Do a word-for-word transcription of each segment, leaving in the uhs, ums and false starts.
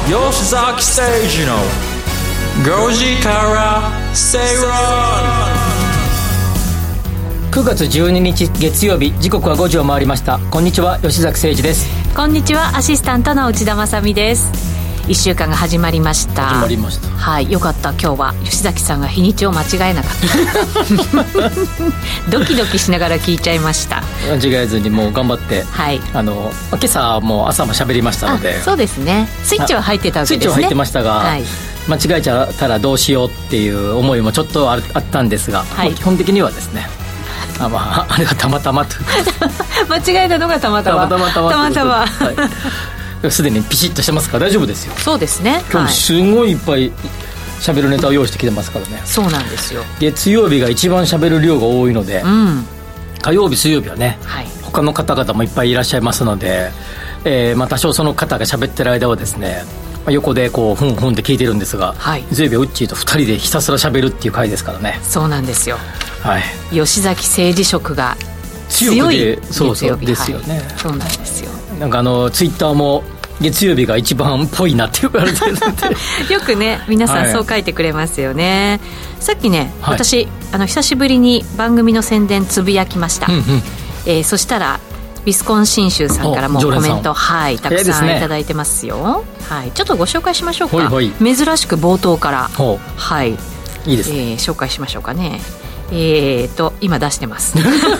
吉崎誠二のごじから正論。 くがつじゅうににち月曜日、時刻はごじを回りました。こんにちは、吉崎誠二です。 こんにちは、アシスタントの内田まさみです。いっしゅうかんが始まりました。 始まりました。 はい、よかった。今日は吉崎さんが日にちを間違えなかったドキドキしながら聞いちゃいました。 間違えずにもう頑張って、はい、あの今朝も朝も喋りましたので。 そうですね、スイッチは入ってたわけですね。 スイッチは入ってましたが、はい、間違えちゃったらどうしようっていう思いもちょっとあったんですが、はい、まあ、基本的にはですね、あ、まあ、あれがたまたまと間違えたのがたまたまたまたまたまたま、はい、 すでにピシッとしてますから大丈夫ですよ。 そうですね。 今日すごいいっぱい喋るネタを用意してきてますからね。 そうなんですよ。 月曜日が一番喋る量が多いので、うん、火曜日水曜日はね、はい、他の方々もいっぱいいらっしゃいますので、えーまあ、多少その方が喋ってる間はですね、まあ、横でこうふんふんって聞いてるんですが、はい、水曜日はウッチーとふたりでひたすら喋るっていう回ですからね。 そうなんですよ、はい、吉崎政治色が強い月曜日。 そうそうですよね、はい、 そうなんですよ。 なんかあのツイッターも月曜日が一番っぽいなって言われてるんでよくね、皆さんそう書いてくれますよね、はい、さっきね、はい、私あの久しぶりに番組の宣伝つぶやきました、うんうん、えー、そしたらウィスコンシン州さんからもコメント、はい、たくさんいただいてますよ、はい、ちょっとご紹介しましょうか。ほいほい、珍しく冒頭から、はい、いいですね、えー、紹介しましょうかね。えーと今出してます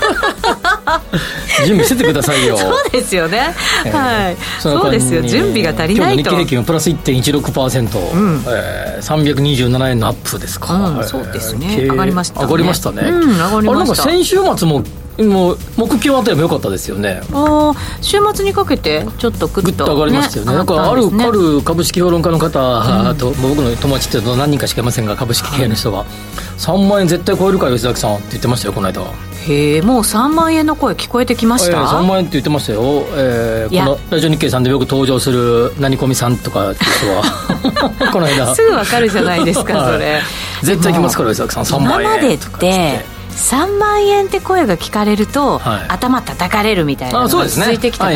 準備しててくださいよ。 そうですよね、えー、はい、そうですよ、準備が足りないと。 今日の日経平均はプラス いってんいちろくパーセント、うん、えー、さんびゃくにじゅうななえんのアップですか、 うん、そうですね、上がりましたね。 上がりましたね、 うん、上がりました。あれなんか先週末ももう目標あたりも良かったですよね。 あ、週末にかけてちょっとグッと、ね、 グッと上がりましたよね。なんかある、ある株式評論家の方、うん、と僕の友達って何人かしかいませんが、株式系の人が、はい、さんまんえん絶対超えるから吉崎さんって言ってましたよ、この間は。 へえ、もうさんまんえんの声聞こえてきました、えー、 さんまんえんって言ってましたよ、えー、このラジオ日経さんでよく登場する何込みさんとかって人はこの間すぐわかるじゃないですか、それ、はい、 絶対来ますから吉崎さん、さんまんえん今までってさんまんえんって声が聞かれると、はい、頭叩かれるみたいなのが続いてきたから、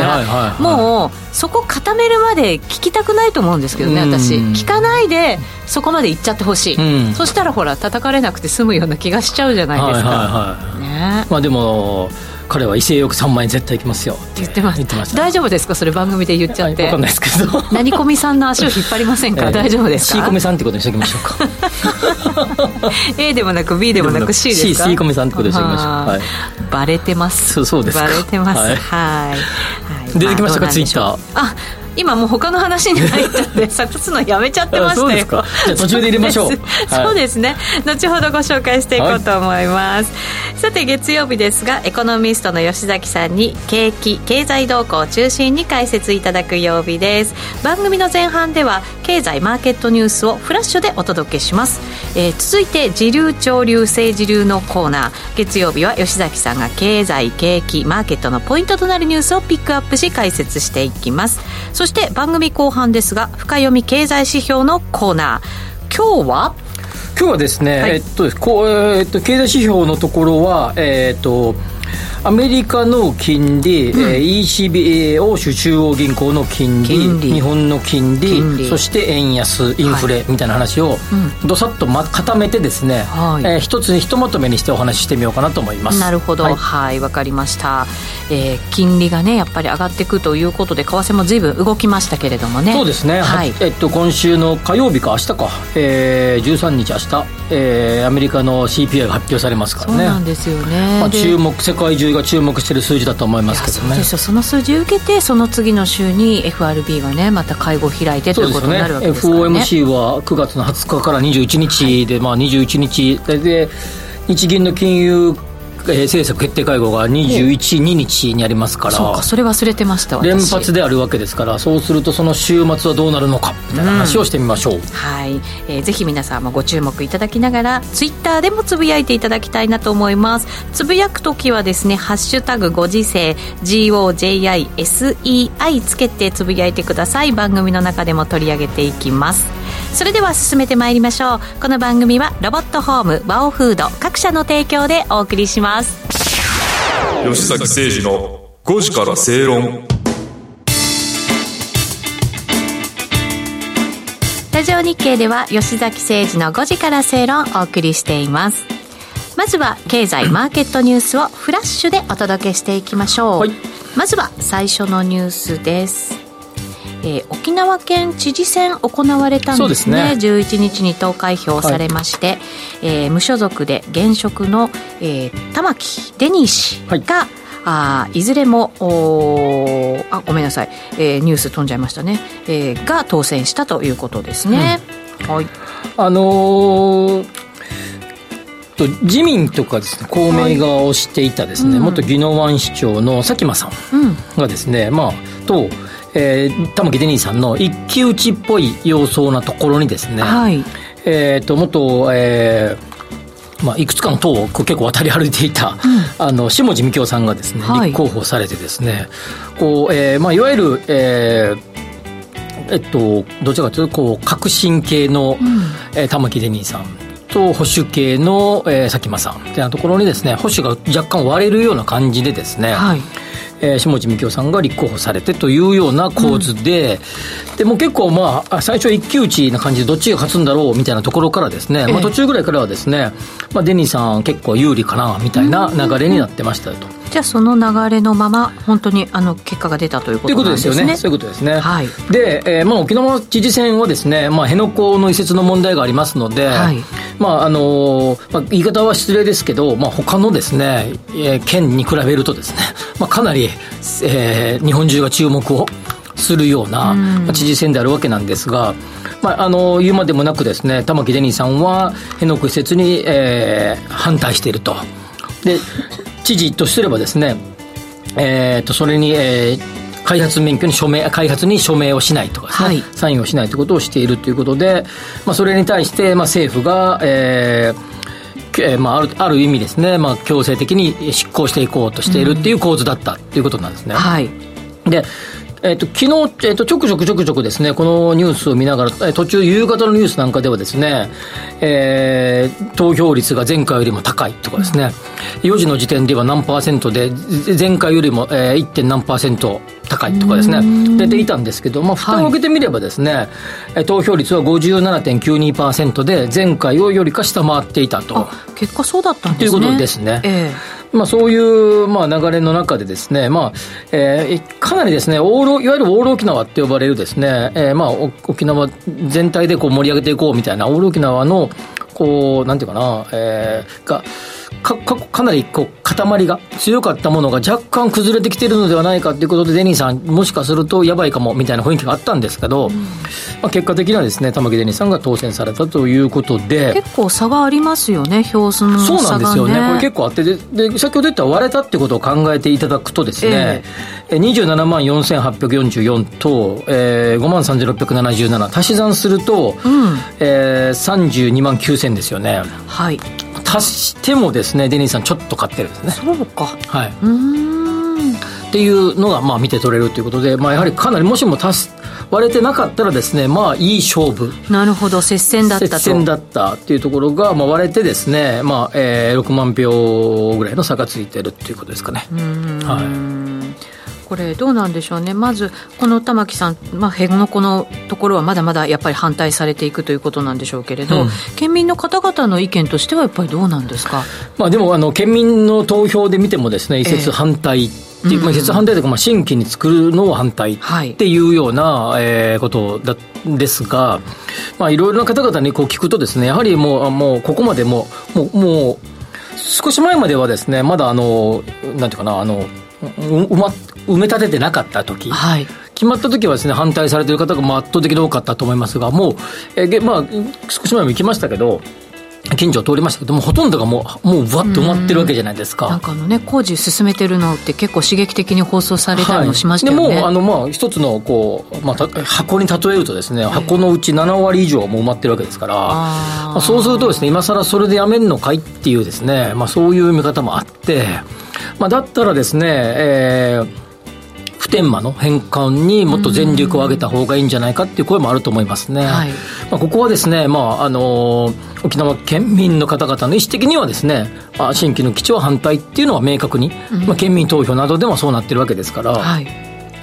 もうそこ固めるまで聞きたくないと思うんですけどね、私聞かないでそこまで行っちゃってほしい、うん、そしたらほら叩かれなくて済むような気がしちゃうじゃないですか、はいはいはい、ね、まあ、 でも彼は威勢よくさんまんえん絶対行きますよって言ってました。大丈夫ですか、それ番組で言っちゃって。 分かんないですけど何込みさんの足を引っ張りませんか、えー、大丈夫ですか。 C 込みさんってことにしておきましょうか A でもなく B でもなく C ですか。 C, C 込みさんってことにしておきましょう、はい、 バレてます。 そう、そうですか、 バレてます、はい、はいはい、 出てきましたか、ツイッター。 あ、今もう他の話に入っちゃって探すのやめちゃってましたよ。 そうですか、じゃあ途中で入れましょうそうですね、後ほどご紹介していこうと思います、はい、さて月曜日ですが、エコノミストの吉崎さんに景気経済動向を中心に解説いただく曜日です。番組の前半では経済マーケットニュースをフラッシュでお届けします、えー、続いて時流潮流政治流のコーナー、月曜日は吉崎さんが経済景気マーケットのポイントとなるニュースをピックアップし解説していきます。そして番組後半ですが、深読み経済指標のコーナー、今日は今日はですね、はい、えっとこうえっと経済指標のところは、えっとアメリカの金利、うん、えー、イーシービー 欧州中央銀行の金 利, 金利日本の金 利, 金利そして円安インフレみたいな話を、はい、どさっと、ま、固めてですね、はい、えー、一つにひとまとめにしてお話ししてみようかなと思います。 なるほど、はい、はい、わかりました、えー、金利がねやっぱり上がっていくということで為替も随分動きましたけれどもね。 そうですね、はい、えっと、今週の火曜日か明日か、えー、じゅうさんにち明日、えー、アメリカの シーピーアイ が発表されますからね。 そうなんですよね、 まあ、注目世界中が注目している数字だと思いますけどね。 そうですよ、その数字を受けてその次の週に エフアールビー がねまた会合を開いてということになるわけですからね。 エフオーエムシー はくがつのはつかからにじゅういちにちで、はい、まあ、にじゅういちにちで日銀の金融政策決定会合がにじゅういち、ににちにありますから、そうか、それ忘れてました。 連発であるわけですから、そうするとその週末はどうなるのかみたいな話をしてみましょう、うん、 はい、えー、ぜひ皆さんもご注目いただきながらツイッターでもつぶやいていただきたいなと思います。つぶやくときはですね、ハッシュタグご時世 ジーオージェイアイエスイーアイ つけてつぶやいてください。番組の中でも取り上げていきます。それでは進めてまいりましょう。この番組はロボットホームワオフード各社の提供でお送りします。 吉崎誠二のごじから正論。 ラジオ日経では吉崎誠二のごじから正論をお送りしています。まずは経済マーケットニュースをフラッシュでお届けしていきましょう、はい、まずは最初のニュースです。えー、沖縄県知事選行われたんです ね, ですねじゅういちにちに投開票されまして、はい、えー、無所属で現職の、えー、玉城デニー氏が、はい、あいずれもあごめんなさい、えー、ニュース飛んじゃいましたね、えー、が当選したということですね、うん、はい、あのー自民とかですね、公明が推していたですね、はい、元宜野湾市長の佐喜真さんがですね、うん、まあと、えー、玉城デニーさんの一騎打ちっぽい様相なところにですね、はい、えー、と元、えーまあ、いくつかの党を結構渡り歩いていた、うん、あの下地幹郎さんがですね、はい、立候補されてですね、こう、えーまあ、いわゆる、えーえっと、どちらかというとこう革新系の、うん、えー、玉城デニーさんと保守系の、えー、佐喜真さんというなところにですね、保守が若干割れるような感じでですね、はい、えー、下地幹郎さんが立候補されてというような構図で、うん、でも結構まあ最初一騎打ちな感じでどっちが勝つんだろうみたいなところからですね、えーまあ、途中ぐらいからはですね、まあ、デニーさん結構有利かなみたいな流れになってましたよと。 じゃあその流れのまま本当にあの結果が出たということなんですね。 ということですよね。そういうことですね、はい、で、えーまあ、沖縄知事選はですね、まあ、辺野古の移設の問題がありますので、はい、まああのまあ、言い方は失礼ですけど、まあ、他のですね、えー、県に比べるとですね、まあ、かなり、えー、日本中が注目をするような、まあ、知事選であるわけなんですが、まあ、あの言うまでもなくですね、玉城デニーさんは辺野古移設に、えー、反対していると。で知事とすればですね、えー、とそれに、えー、開発免許に署名開発に署名をしないとかですね、はい、サインをしないということをしているということで、まあ、それに対して、まあ、政府が、えーえーまあ、ある、ある意味ですね、まあ、強制的に執行していこうとしているっていう構図だったということなんですね、うん、はい、でえー、と昨日、えー、とちょくちょくちょくちょくですね、このニュースを見ながら、えー、途中夕方のニュースなんかではですね、えー、投票率が前回よりも高いとかですね、うん、よじの時点では何パーセントで前回よりも、えー、いってん何パーセント高いとかですね出ていたんですけど、まあ、蓋を開けてみればですね、はい、投票率は ごじゅうななてんきゅうにパーセント で前回をよりか下回っていたと。 あ、結果そうだったんですね。 ということですね、えーまあ、そういう、まあ、流れの中でですね、まあえー、かなりですね、オールいわゆるオール沖縄って呼ばれるですね、えーまあ、沖縄全体でこう盛り上げていこうみたいなオール沖縄のこうなんていうかな、えー、がか, か, かなりこう塊が強かったものが若干崩れてきているのではないかということで、デニーさんもしかするとやばいかもみたいな雰囲気があったんですけど、うん、まあ、結果的にはですね、玉城デニーさんが当選されたということで、 結構差がありますよね、票数の差がね。 そうなんですよね、これ結構あって、でで先ほど言った割れたってことを考えていただくとですね、えー、にじゅうななまんよんせんはっぴゃくよんじゅうよんと、えー、ごまんさんぜんろっぴゃくななじゅうなな足し算すると、うん、えー、さんじゅうにまんきゅうせんですよね。はい、足してもですね、デニーさんちょっと勝ってるんですね。 そうか、 はい、うーんっていうのがまあ見て取れるということで、まあ、やはりかなりもしも足す割れてなかったらですね、まあいい勝負。 なるほど、接戦だったと。 接戦だったっていうところが、まあ、割れてですね、まあえー、ろくまんひょうぐらいの差がついてるっていうことですかね。うーん、はい、 これどうなんでしょうね。まずこの玉城さん、まあ、辺野古のところはまだまだやっぱり反対されていくということなんでしょうけれど、うん、県民の方々の意見としてはやっぱりどうなんですか。 まあ、でもあの県民の投票で見てもですね、移設反対、えーっていうまあ、移設反対というか、まあ、新規に作るのを反対っていうような、はい、えー、ことだですが、まあ、いろいろな方々にこう聞くとですね、やはりもう、もうここまでもう、もう、もう少し前まではですね、まだあのなんていうかな、あのう、ま、埋め立ててなかった時、はい、決まった時はですね、反対されている方がまあ圧倒的に多かったと思いますが、もう、えーまあ、少し前も行きましたけど、近所を通りましたけども、ほとんどがもうもうぶわっと埋まってるわけじゃないですか。 なんかあのね、工事進めてるのって結構刺激的に放送されたりもしましたよね。はい、 でもあのまあ一つのこう、まあ、箱に例えるとですね、箱のうちななわり以上はもう埋まってるわけですから、あ、まあ、そうするとですね、今更それでやめるのかいっていうですね、まあ、そういう見方もあって、まあ、だったらですね、えー普天間の返還にもっと全力を挙げた方がいいんじゃないかっていう声もあると思いますね。はい、まあ、ここはですね、まああのー、沖縄県民の方々の意思的にはですね、新規の基地は反対っていうのは明確に、うん、まあ、県民投票などでもそうなってるわけですから、はい、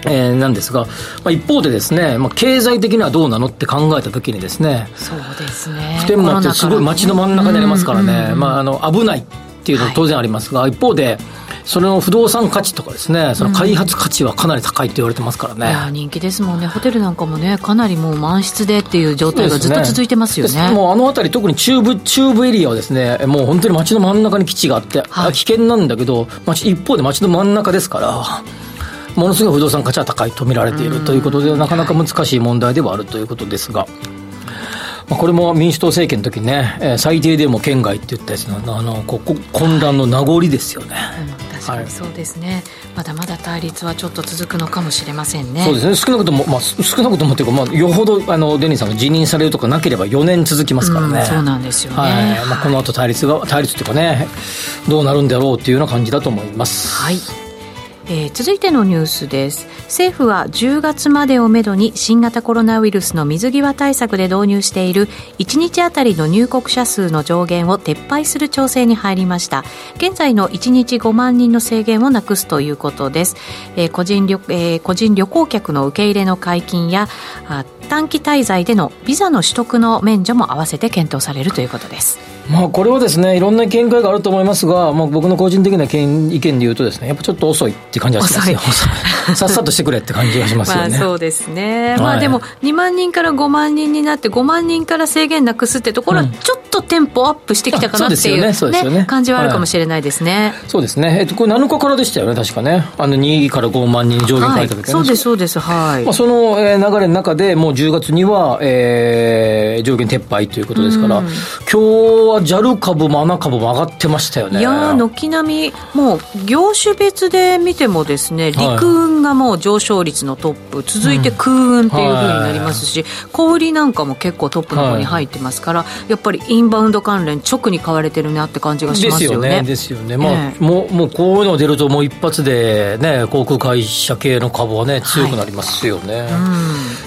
えー、なんですが、まあ、一方でですね、まあ、経済的にはどうなのって考えたときにですね、 そうですね、 普天間ってすごい街の真ん中にありますからね、うんうんうん、まあ、あの危ないっていうのは当然ありますが、はい、一方でそれの不動産価値とかですね、その開発価値はかなり高いって言われてますからね、うん、いや人気ですもんね。ホテルなんかもね、かなりもう満室でっていう状態がずっと続いてますよね。 もうあの辺り特に中部中部エリアはですね、もう本当に街の真ん中に基地があって、はい、危険なんだけど、一方で街の真ん中ですからものすごい不動産価値は高いと見られているということで、なかなか難しい問題ではあるということですが、まあ、これも民主党政権の時にね、えー、最低でも県外って言ったやつの、あのここ混乱の名残ですよね、 うん、確かにそうですね、はい、まだまだ対立はちょっと続くのかもしれませんね。 そうですね、少なくとも、まあ、少なくともというか、まあ、よほどあのデニーさんが辞任されるとかなければよねん続きますからね、 うん、そうなんですよね、 はい、まあ、この後対立が対立というかね、どうなるんだろうというような感じだと思います。 はい、えー、続いてのニュースです。政府はじゅうがつまでをめどに新型コロナウイルスの水際対策で導入しているいちにちあたりの入国者数の上限を撤廃する調整に入りました。現在のいちにちごまんにんの制限をなくすということです。えー、個人旅、えー、個人旅行客の受け入れの解禁や短期滞在でのビザの取得の免除も合わせて検討されるということです。 まあ、これはですね、いろんな見解があると思いますが、まあ、僕の個人的な意見で言うとですね、やっぱちょっと遅いって感じがしますよ。さっさとしてくれって感じがしますよね。 まあ、そうですね、はい、まあ、でもにまんにんからごまんにんになってごまんにんから制限なくすってところはちょっとテンポアップしてきたかなっていう、ね、そうですよね、ね、感じはあるかもしれないですね、はい、 そうですね、えっと、これなのかからでしたよね、確かね、あのにからごまんにん上限書いた時、ね、はい、 そうですそうです、はい、 まあ、その、えー、流れの中でもうじゅうがつには、えー、上限撤廃ということですから、うん、今日は ジャル 株もアナ株も上がってましたよね。 いや軒並みもう業種別で見てもですね、陸運がもう上昇率のトップ、続いて空運っていう風になりますし、うん、小売りなんかも結構トップの方に入ってますから、はい、やっぱりインバウンド関連直に買われてるなって感じがしますよね。 ですよね、ですよね、まあ、えー、もう、もうこういうの出るともう一発で、ね、航空会社系の株はね強くなりますよね、はい、うん、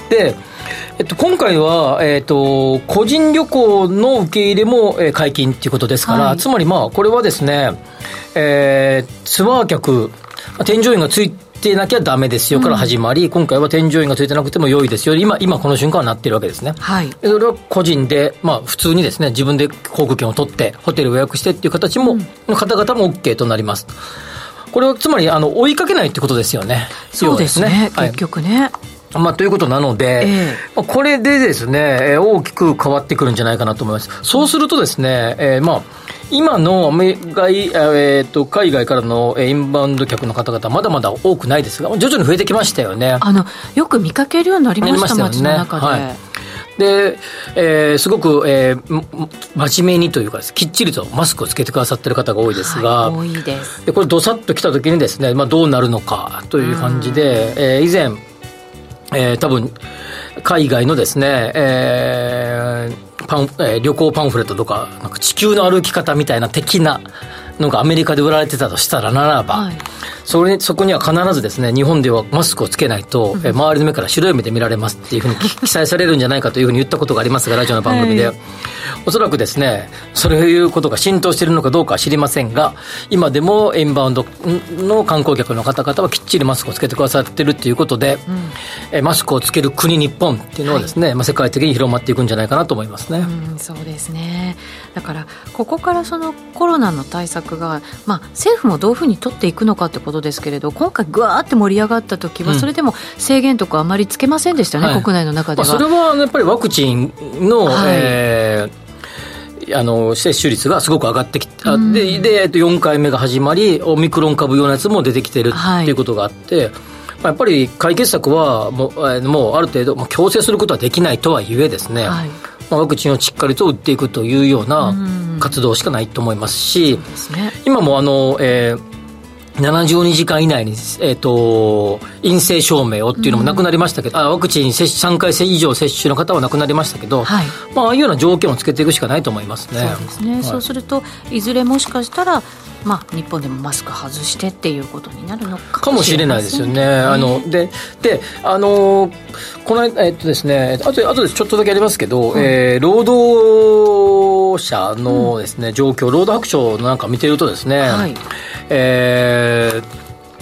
でえっと、今回は、えっと、個人旅行の受け入れも、えー、解禁ということですから、はい、つまりまあこれはですね、えー、ツアー客添乗員がついてなきゃダメですよから始まり、うん、今回は添乗員がついてなくても良いですよ、今、今この瞬間はなっているわけですね、はい、それは個人で、まあ、普通にですね自分で航空券を取ってホテルを予約してっていう形も、うん、の方々も OK となります。これはつまりあの追いかけないってことですよね。 そうですね、結局ね、はい、 まあ、ということなので、えー、これでですね大きく変わってくるんじゃないかなと思います。そうするとですね、えー、まあ今のアメリカ、えー、と海外からのインバウンド客の方々まだまだ多くないですが徐々に増えてきましたよね。 あのよく見かけるようになりました、街の中で、はい、 で、えー、すごく、えー、真面目にというかきっちりとマスクをつけてくださっている方が多いですが、 はい、多いです。 でこれどさっと来た時にですね、まあ、どうなるのかという感じで、えー、以前えー、多分海外のですね、えーパンえー、旅行パンフレットとか、なんか地球の歩き方みたいな的なのがアメリカで売られてたとしたらならば、はい、それそこには必ずですね日本ではマスクをつけないと、うん、えー、周りの目から白い目で見られますっていうふうに記載されるんじゃないかというふうに言ったことがありますが、ラジオの番組で、はい、おそらくですねそういうことが浸透しているのかどうかは知りませんが、今でもインバウンドの観光客の方々はきっちりマスクをつけてくださっているということで、うん、えー、マスクをつける国日本っていうのはですね、はい、まあ、世界的に広まっていくんじゃないかなと思いますね、 うん、そうですね。だからここからそのコロナの対策が、まあ、政府もどういうふうに取っていくのかってことですけれど、今回ぐわーって盛り上がった時は、うん、それでも制限とかあまりつけませんでしたね、はい、国内の中では、 まあ、それはやっぱりワクチンの、はい、えー、あの接種率がすごく上がってきた、うん、で, でよんかいめが始まりオミクロン株用のやつも出てきてるっていうことがあって、はい、まあ、やっぱり解決策はもう、もうある程度、まあ、強制することはできないとはいえですね、はい、まあ、ワクチンをしっかりと打っていくというような活動しかないと思いますし、うん、そうですね、今もあの、えーななじゅうにじかん以内に、えー、と陰性証明をっていうのもなくなりましたけど、うん、あワクチン接種さんかい以上接種の方はなくなりましたけど、はい、まあ、ああいうような条件をつけていくしかないと思いますね。 そうですね、はい、そうするといずれもしかしたら、まあ、日本でもマスク外してっていうことになるのかもしれないですよね。あのでであのこのえっとですねあとあとでちょっとだけありますけど、うん、えー、労働者のですね、うん、状況、労働白書のなんか見てるとですね、はい、えー、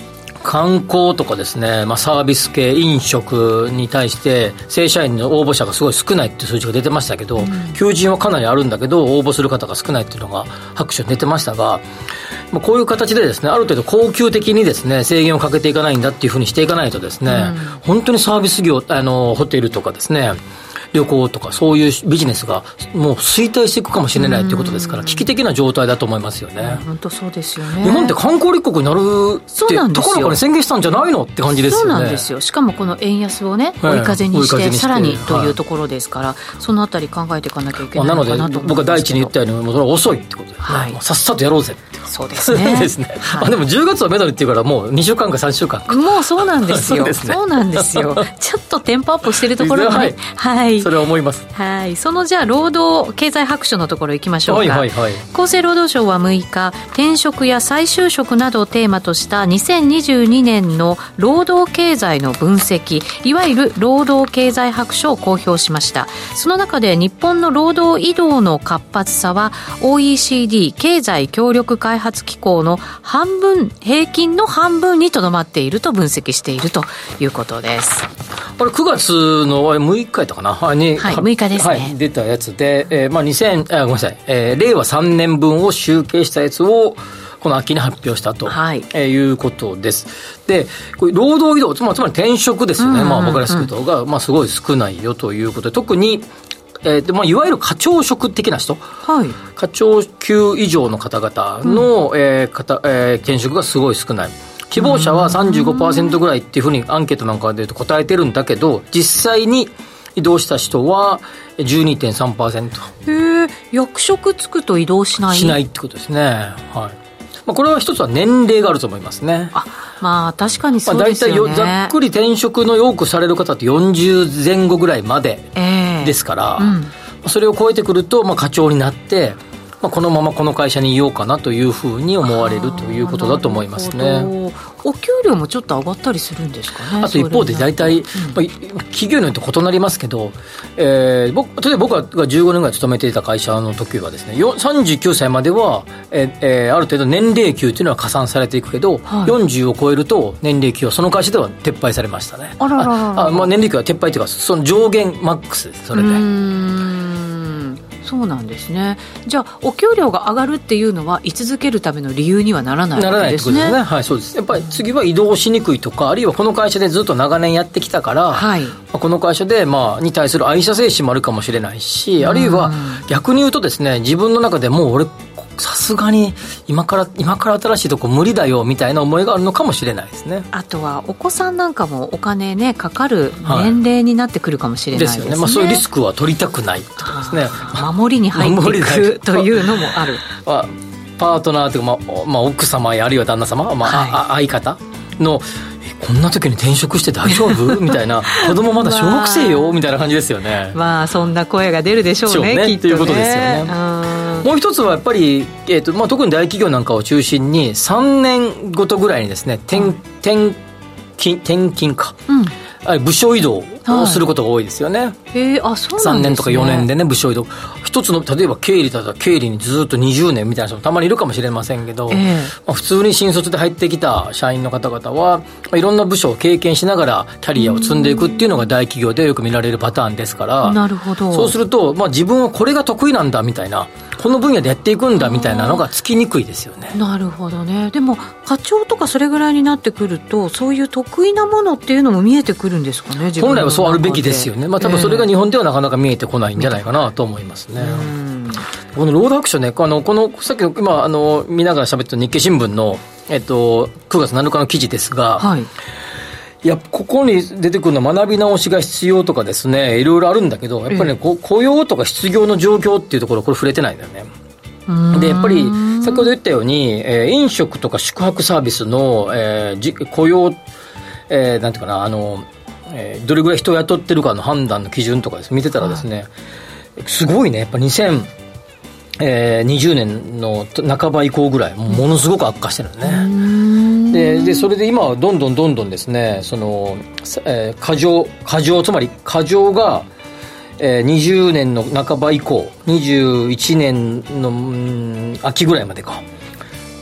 観光とかですね、まあ、サービス系飲食に対して正社員の応募者がすごい少ないっていう数字が出てましたけど、うん、求人はかなりあるんだけど応募する方が少ないっていうのが白書に出てましたが、まあ、こういう形でですねある程度恒久的にですね制限をかけていかないんだっていうふうにしていかないとですね、うん、本当にサービス業あのホテルとかですね旅行とかそういうビジネスがもう衰退していくかもしれないということですから危機的な状態だと思いますよね。 本当そうですよね。 日本って観光立国になるってところから宣言したんじゃないのって感じですよね。 そうなんですよ。しかもこの円安をね追い風にして、はい、さらにというところですから、はい、そのあたり考えていかなきゃいけないのかなと思うんですけど、まあ、なので僕は第一に言ったようにもうそれは遅いってことですね、はい、さっさとやろうぜってそうですねですね、はいまあ、でもじゅうがつはメダルっていうからもうにしゅうかんかさんしゅうかんかもうそうなんですよ。そうですね、そうなんですよちょっとテンポアップしてるところもね、はい、はい、 それは思います。 はい、そのじゃあ労働経済白書のところ行きましょうか、はいはいはい、厚生労働省はむいか転職や再就職などをテーマとしたにせんにじゅうにねんの労働経済の分析いわゆる労働経済白書を公表しました。その中で日本の労働移動の活発さは オーイーシーディー 経済協力開発機構の半分平均の半分にとどまっていると分析しているということです。 これくがつのむいかやったかなに、 はい、むいかですね、はい、 出たやつで、えーまあ、にせんあごめんなさい、えー、れいわさんねんぶんを集計したやつをこの秋に発表したと、はいえー、いうことです。でこれ労働移動つまり転職ですよね、うんうんうんまあ、分かりやすく言うとが、まあ、すごい少ないよということで特にえーでまあ、いわゆる課長職的な人、はい、課長級以上の方々の、うんえー方えー、転職がすごい少ない。希望者は さんじゅうごパーセント ぐらいっていうふうにアンケートなんかでいうと答えてるんだけど実際に移動した人は じゅうにてんさんパーセント。 へえ、役職つくと移動しないしないってことですね、はいまあ、これは一つは年齢があると思いますね。あまあ確かにそうですよね、 まあ、大体ざっくり転職のよくされる方ってよんじゅうぜん後ぐらいまでですから、えーうんそれを超えてくると、まあ、課長になって、まあ、このままこの会社にいようかなというふうに思われるということだと思いますね。 お給料もちょっと上がったりするんですかね。 あと一方で大体、うんまあ、企業によって異なりますけど、えー、僕例えば僕がじゅうごねんぐらい勤めていた会社の時はですねさんじゅうきゅうさいまでは、えーえー、ある程度年齢給というのは加算されていくけど、はい、よんじゅうを超えると年齢給はその会社では撤廃されましたね。 あららららああ、まあ、年齢給は撤廃というかその上限マックスですそれで。うーんそうなんですね。じゃあお給料が上がるっていうのは居続けるための理由にはならないわけですね。ならないってことですね。はい、そうです。やっぱり次は移動しにくいとかあるいはこの会社でずっと長年やってきたから、はいまあ、この会社で、まあ、に対する愛社精神もあるかもしれないしあるいは逆に言うとですね自分の中でもう俺さすがに今から今から新しいとこ無理だよみたいな思いがあるのかもしれないですね。あとはお子さんなんかもお金ねかかる年齢になってくるかもしれないですね。 ですよね。まあ、そういうリスクは取りたくないってことですね。 守りに入っていくというのもあるパートナーというか、まあまあ、奥様やあるいは旦那様、まあはい、相方のこんな時に転職して大丈夫みたいな子供まだ小学生よみたいな感じですよね。 まあそんな声が出るでしょう ね, ねきっとねということですよね。 もう一つはやっぱり、えーとまあ、特に大企業なんかを中心にさんねんごとぐらいにですね転, 転, 勤転勤か、うん部署移動をすることが多いですよね、はい、 へあそうなんですね。 さんねんとかよねんでね部署移動一つの例えば経理だったら経理にずっとにじゅうねんみたいな人もたまにいるかもしれませんけど、えーまあ、普通に新卒で入ってきた社員の方々は、まあ、いろんな部署を経験しながらキャリアを積んでいくっていうのが大企業でよく見られるパターンですからなるほど。 そうすると、まあ、自分はこれが得意なんだみたいなこの分野でやっていくんだみたいなのがつきにくいですよね。 なるほどね。でも課長とかそれぐらいになってくるとそういう得意なものっていうのも見えてくるんですかね。自分の本来はそうあるべきですよね。まあ、多分それが日本ではなかなか見えてこないんじゃないかなと思いますね、うんこの労働白書ねあのこのさっきの今あの見ながら喋った日経新聞の、えっと、くがつなのかの記事ですが、はい、いやここに出てくるのは学び直しが必要とかですねいろいろあるんだけどやっぱりね、ええ、雇用とか失業の状況っていうところこれ触れてないんだよね。でやっぱり先ほど言ったように、えー、飲食とか宿泊サービスの、えー、じ雇用、えー、なんていうかなあの、えー、どれぐらい人を雇ってるかの判断の基準とかです見てたらですね、はい、すごいねやっぱにせんにじゅうねんの半ば以降ぐらいものすごく悪化してるね。で, でそれで今はどんどんどんどんですねその、えー、過剰過剰つまり過剰がえー、にじゅうねんの半ば以降にじゅういちねんの、うん、秋ぐらいまでか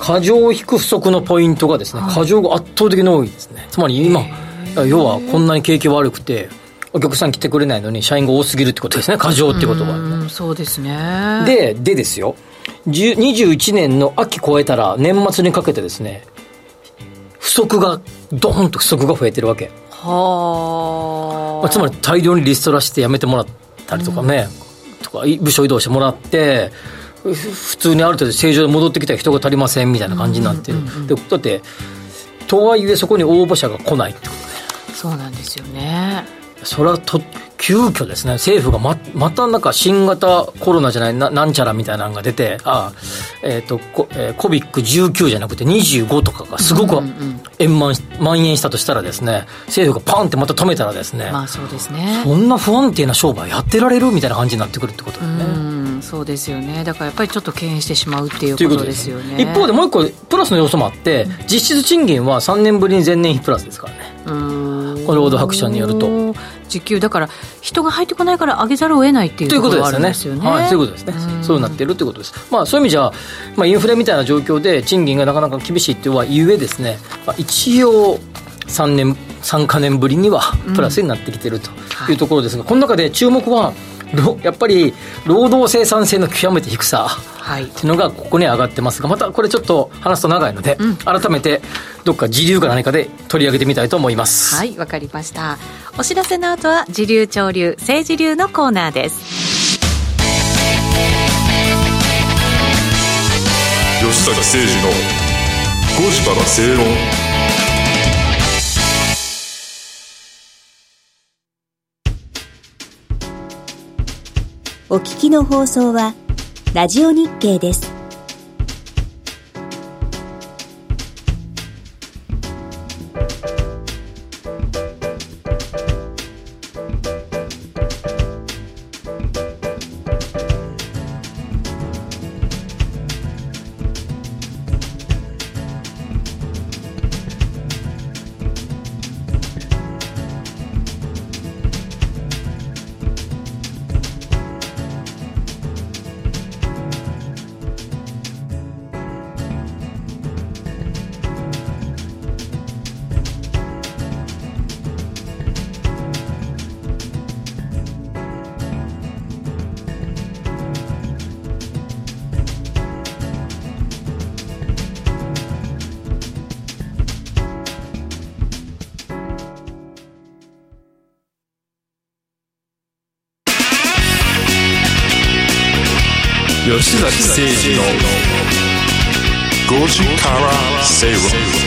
過剰を引く不足のポイントがですね、過剰が圧倒的に多いですね。つまり今要はこんなに景気悪くてお客さん来てくれないのに社員が多すぎるってことですね。過剰ってことは、 ね、そうですね。 ででですよ、にじゅういちねんの秋超えたら年末にかけてですね、不足がドーンと不足が増えてるわけは、まあ、つまり大量にリストラして辞めてもらったりとかね、うん、とか部署移動してもらって普通にある程度正常で戻ってきたら人が足りませんみたいな感じになってる、うんうんうん、でだってとはいえそこに応募者が来ないってことね。 そうなんですよね。 それはと急遽ですね、政府が ま, またなんか新型コロナじゃない な, なんちゃらみたいなのが出て、あ、えーとこえー、コビックじゅうきゅう じゃなくてにじゅうごとかがすごく円満蔓延したとしたらですね、政府がパンってまた止めたらですね、 まあそうですね、 そんな不安定な商売やってられるみたいな感じになってくるってことですね。 うん、そうですよね。だからやっぱりちょっと敬遠してしまうっていうことですよね。 一方でもう一個プラスの要素もあって、うん、実質賃金はさんねんぶりに前年比プラスですからね。うーん、この労働白書によると時給だから人が入ってこないから上げざるを得ないっていうところがあるんですよね。 はい、そういうことですね。そうなっているということです。まあそういう意味じゃ、まあ、インフレみたいな状況で賃金がなかなか厳しいというはゆえですね、まあ、一応さんねんさんかねんぶりにはプラスになってきているというところですが、うん、はい、この中で注目はやっぱり労働生産性の極めて低さっていうのがここに上がってますが、またこれちょっと話すと長いので、うん、改めてどっか時流か何かで取り上げてみたいと思います。 はい、わかりました。お知らせの後は時流潮流政治流のコーナーです。 吉坂誠二のごじから正論。 お聞きの放送はラジオ日経です。 吉崎誠二のごじから正論。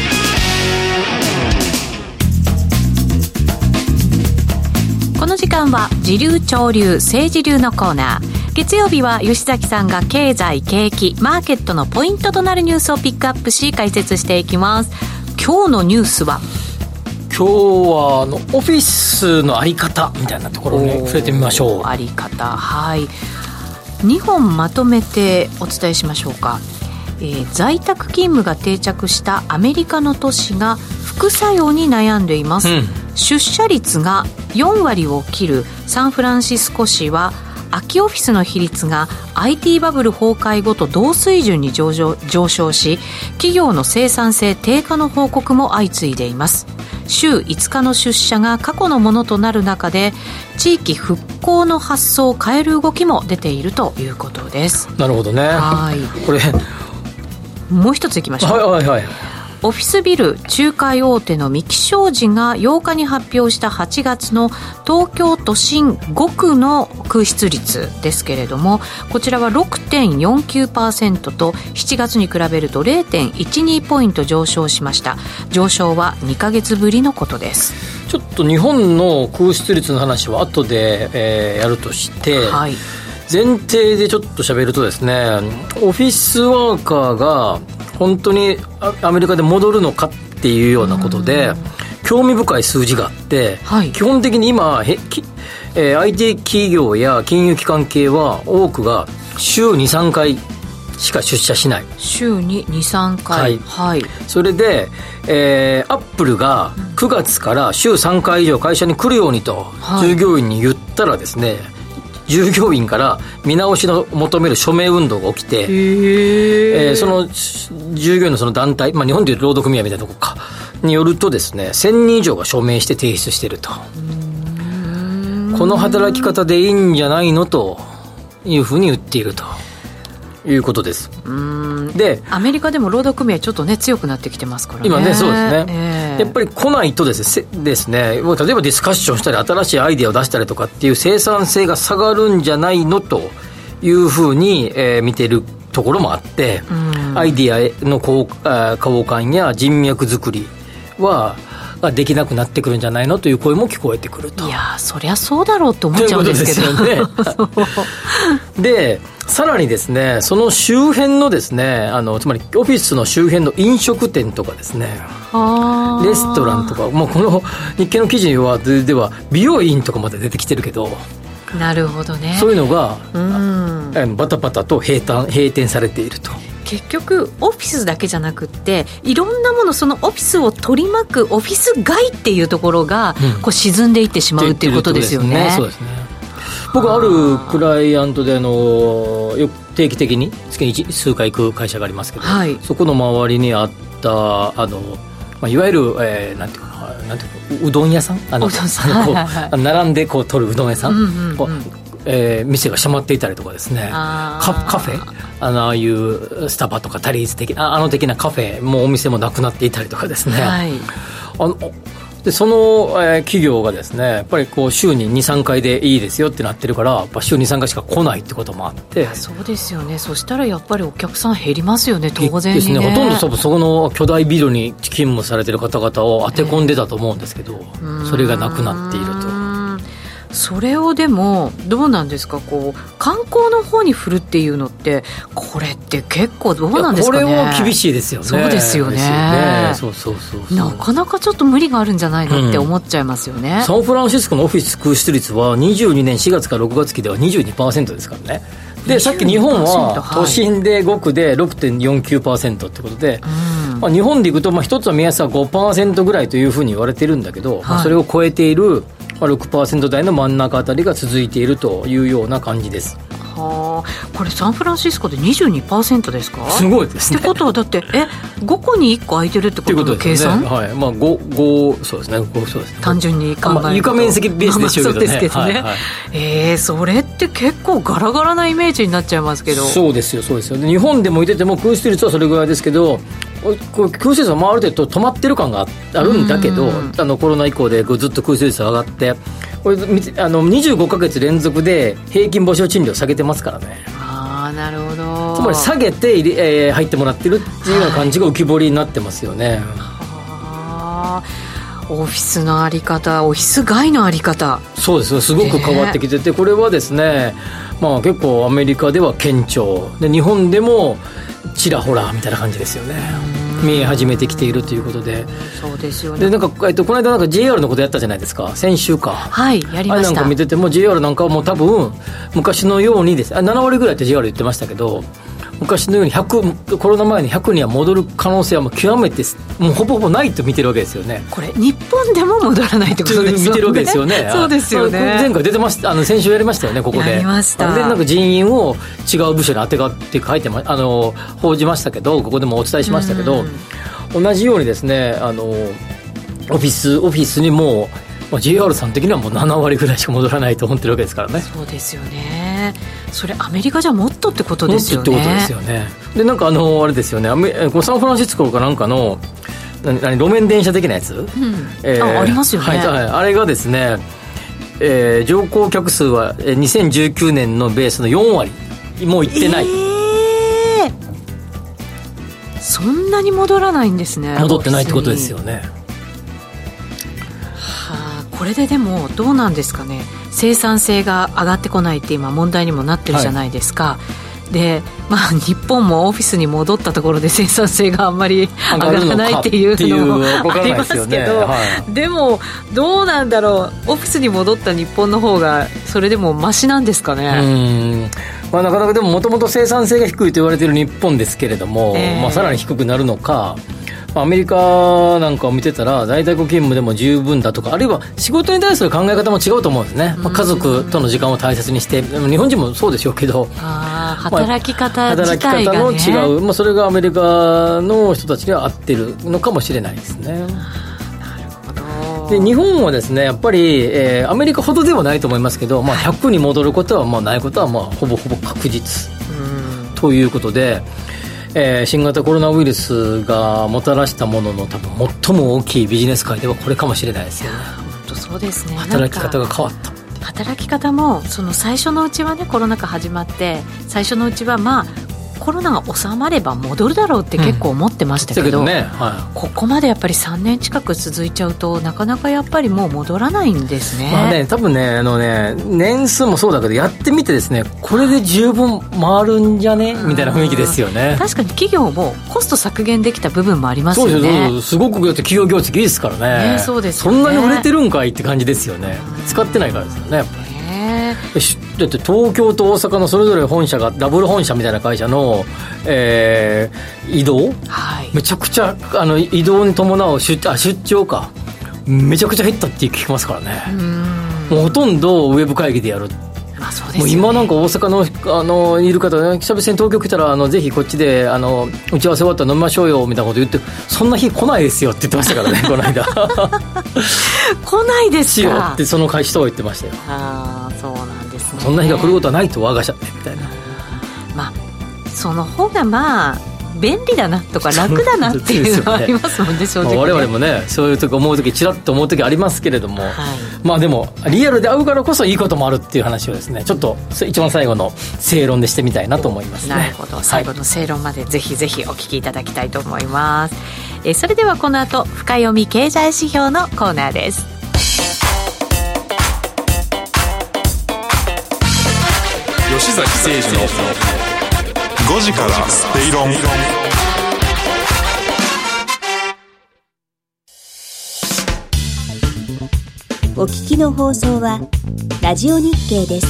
この時間は時流潮流政治流のコーナー。月曜日は吉崎さんが経済景気マーケットのポイントとなるニュースをピックアップし解説していきます。今日のニュースは、 今日はあのオフィスの在り方みたいなところに触れてみましょう。 在り方、はい、にほんまとめてお伝えしましょうか。えー、在宅勤務が定着したアメリカの都市が副作用に悩んでいます、うん、出社率がよんわりを切るサンフランシスコ市は空きオフィスの比率が アイティー バブル崩壊後と同水準に上昇、上昇し、企業の生産性低下の報告も相次いでいます。週いつかの出社が過去のものとなる中で、地域復興の発想を変える動きも出ているということです。 なるほどね。 はい、 これもう一ついきましょう。 はいはいはい。 オフィスビル仲介大手の三木商事がようかに発表したはちがつの東京都心ごくの空室率ですけれども、こちらは ろくてんよんきゅうパーセント としちがつに比べると れいてんいちに ポイント上昇しました。上昇はにかげつぶりのことです。 ちょっと日本の空室率の話は後で、えー、やるとして、はい、前提でちょっと喋るとですね、オフィスワーカーが本当にアメリカで戻るのかっていうようなことで興味深い数字があって、はい、基本的に今へき、えー、アイティー 企業や金融機関系は多くが週 にさんかいしか出社しない。 週に にさんかい、はいはい、 それで、えー、アップルがくがつから週さんかい以上会社に来るようにと従業員に言ったらですね、 従業員から見直しの求める署名運動が起きて、えー、その従業員のその団体、まあ、日本でいう労働組合みたいなとこかによるとですね、せんにん以上が署名して提出していると。この働き方でいいんじゃないのというふうに言っているということです。 うーん、でアメリカでも労働組合ちょっとね強くなってきてますからね。 今ね、そうですね、 えー、 やっぱり来ないとですね、ですね、例えばディスカッションしたり新しいアイデアを出したりとかっていう生産性が下がるんじゃないのというふうに、えー、見てるところもあって、アイデアの交換や人脈作りはができなくなってくるんじゃないのという声も聞こえてくると。 いやそりゃそうだろうと思っちゃうんですけどねでさらにですね、その周辺のですね、あのつまりオフィスの周辺の飲食店とかですね、レストランとか、もうこの日経の記事はでは美容院とかまで出てきてるけど、 なるほどね、 そういうのが、 うん、 バタバタと閉店、閉店されていると。 結局オフィスだけじゃなくっていろんなもの、そのオフィスを取り巻くオフィス街っていうところが、うん、こう沈んでいってしまうっていうことですよね。 そうですね。僕あるクライアントであのよく定期的に月に数回行く会社がありますけど、はい、そこの周りにあったあの、まあ、いわゆる、えー、なんていうかな、なんていうかうどん屋さん、あの、あのこう、はいはいはい、並んでこう取るうどん屋さん、うんうんうん、こうえー、店が閉まっていたりとかですね、カ, カフェあのああいうスタバとかタリーズ的なあの的なカフェもお店もなくなっていたりとかですね、はい、あのでその、えー、企業がですねやっぱりこう週に にさんかいでいいですよってなってるから、やっぱ週にさんかいしか来ないってこともあって。 そうですよね。そしたらやっぱりお客さん減りますよね、当然にね。 ですね、ほとんどそ, そこの巨大ビルに勤務されてる方々を当て込んでたと思うんですけど、えー、それがなくなっていると。 それをでもどうなんですか、こう観光の方に振るっていうのってこれって結構どうなんですかね。 これは厳しいですよね。 そうですよね。 そうそうそうそう、 なかなかちょっと無理があるんじゃないのって思っちゃいますよね、 うん、サンフランシスコのオフィス空室率はにじゅうにねんしがつからろくがつ期では にじゅうにパーセント ですからね。でさっき日本は都心でごくで ろくてんよんきゅうパーセント ってことで、うん、まあ、日本でいくとまあ一つの目安は ごパーセント ぐらいというふうに言われてるんだけど、はい、まあ、それを超えているろくパーセント 台の真ん中あたりが続いているというような感じです。 はあ、これサンフランシスコで にじゅうにパーセント ですか。 すごいですね。 ってことはだってえごこにいっこ空いてるってことの計算、 ね、はい、まあ、5, 5そうですね5そうですね単純に考えると、 まあ、床面積ベースでしょうけどね、まあ、そうですけどね、はいはい、 えー、それって結構ガラガラなイメージになっちゃいますけど。 そうですよそうですよ。で日本でもいてても空室率はそれぐらいですけど、空室率はある程度止まってる感があるんだけど、あのコロナ以降でずっと空室率が上がって、これあのにじゅうごかげつ連続で平均保証賃料下げてますからね。 ああ、なるほど。 つまり下げて、えー、入ってもらってるっていうような感じが浮き彫りになってますよね。 はあ、オフィスのあり方、オフィス街のあり方、 そうですよ、すごく変わってきてて、これはですね、まあ、結構アメリカでは顕著で日本でもちらほらみたいな感じですよね。見え始めてきているということで。 そうですよね。 でなんか、えっと、この間なんか ジェイアール のことやったじゃないですか、先週か。 はい、やりました。 あれなんか見てても ジェイアール なんかはもう多分昔のようにです、あななわりぐらいって ジェイアール 言ってましたけど、昔のようにひゃくコロナ前にひゃくには戻る可能性はもう極めてもうほぼほぼないと見てるわけですよね。 これ日本でも戻らないってことですよね。 見てるわけですよね。 そうですよね。 前回出てました、あの先週やりましたよね、ここで。 やりました。 でなんか人員を違う部署に当てがって書いて、ま、あの報じましたけど、ここでもお伝えしましたけど、同じようにですね、あのオフィスオフィスにもまあ、ジェイアール さん的にはもうななわりぐらいしか戻らないと思ってるわけですからね。 そうですよね。それアメリカじゃもっとってことですよね。 もっとってことですよね。でなんかあのあれですよね、アメこうサンフランシスコかなんかの何何路面電車的なやつ、うん、 えー、あ, ありますよね、 はいはい、あれがですね、えー、乗降客数はにせんじゅうきゅうねんのベースのよんわりもういってない、 えー、そんなに戻らないんですね。 戻ってないってことですよね。 これででもどうなんですかね、生産性が上がってこないって今問題にもなってるじゃないですか、はい、で、まあ、日本もオフィスに戻ったところで生産性があんまり上がらないっていうのもありますけど、はい、でもどうなんだろう、オフィスに戻った日本の方がそれでもマシなんですかね。 うーん、まあ、なかなかでももともと生産性が低いと言われている日本ですけれども、えーまあ、さらに低くなるのか、 アメリカなんかを見てたら在宅勤務でも十分だとか、あるいは仕事に対する考え方も違うと思うんですね、まあ、家族との時間を大切にして、でも日本人もそうでしょうけど、 あ働き方自体が、ね、 働き方の違う、まあ、それがアメリカの人たちには合ってるのかもしれないですね。なるほど。で日本はですねやっぱり、えー、アメリカほどではないと思いますけど、まあ、ひゃくに戻ることはまあないことはまあほぼほぼ確実ということで、えー、新型コロナウイルスがもたらしたものの多分最も大きいビジネス界ではこれかもしれないですよね。 本当そうですね。 働き方が変わった。 働き方もその最初のうちはねコロナ禍始まって最初のうちはまあコロナが収まれば戻るだろうって結構思ってましたけど、うんねはい、ここまでやっぱりさんねん近く続いちゃうとなかなかやっぱりもう戻らないんですね。 まあね多分ねあのね年数もそうだけどやってみてですねこれで十分回るんじゃねみたいな雰囲気ですよね。 確かに企業もコスト削減できた部分もありますよね。 そうですそうすごくだって企業業績いいですからね。 ねそうですよね。 そんなに売れてるんかいって感じですよね。使ってないからですよねやっぱり。だって東京と大阪のそれぞれ本社がダブル本社みたいな会社の、えー、移動、はい、めちゃくちゃあの移動に伴う 出, あ出張かめちゃくちゃ減ったって聞きますからね。うんもうほとんどウェブ会議でやる。 まあそうですよね、 もう今なんか大阪 の, あのいる方久々に東京来たらあのぜひこっちであの打ち合わせ終わったら飲みましょうよみたいなこと言ってそんな日来ないですよって言ってましたからねこの間来ないですかしようってその会社は言ってましたよ。 ああそうなんですね。 そんな日が来ることはないと我が社でみたいな。 まあその方がまあ便利だなとか楽だなっていうのはありますもんね正直ね。 我々もねそういう時思う時チラッと思う時ありますけれども、はい、まあでもリアルで会うからこそいいこともあるっていう話をですねちょっと一番最後の正論でしてみたいなと思いますね。 なるほど最後の正論までぜひぜひお聞きいただきたいと思います、えー、それではこの後深読み経済指標のコーナーです。 吉崎誠二のごじから正論。 お聞きの放送はラジオ日経です。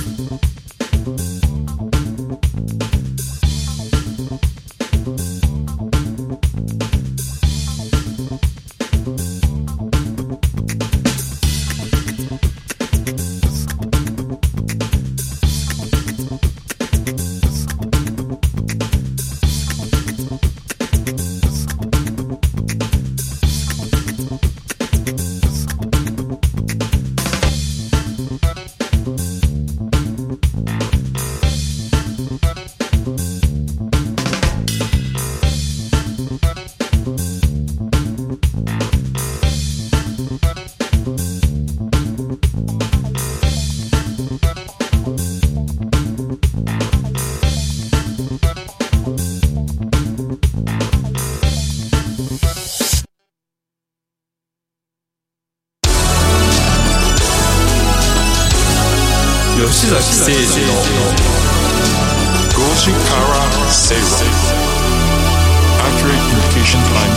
吉崎誠二のごじから正論。 Accurate Communication Time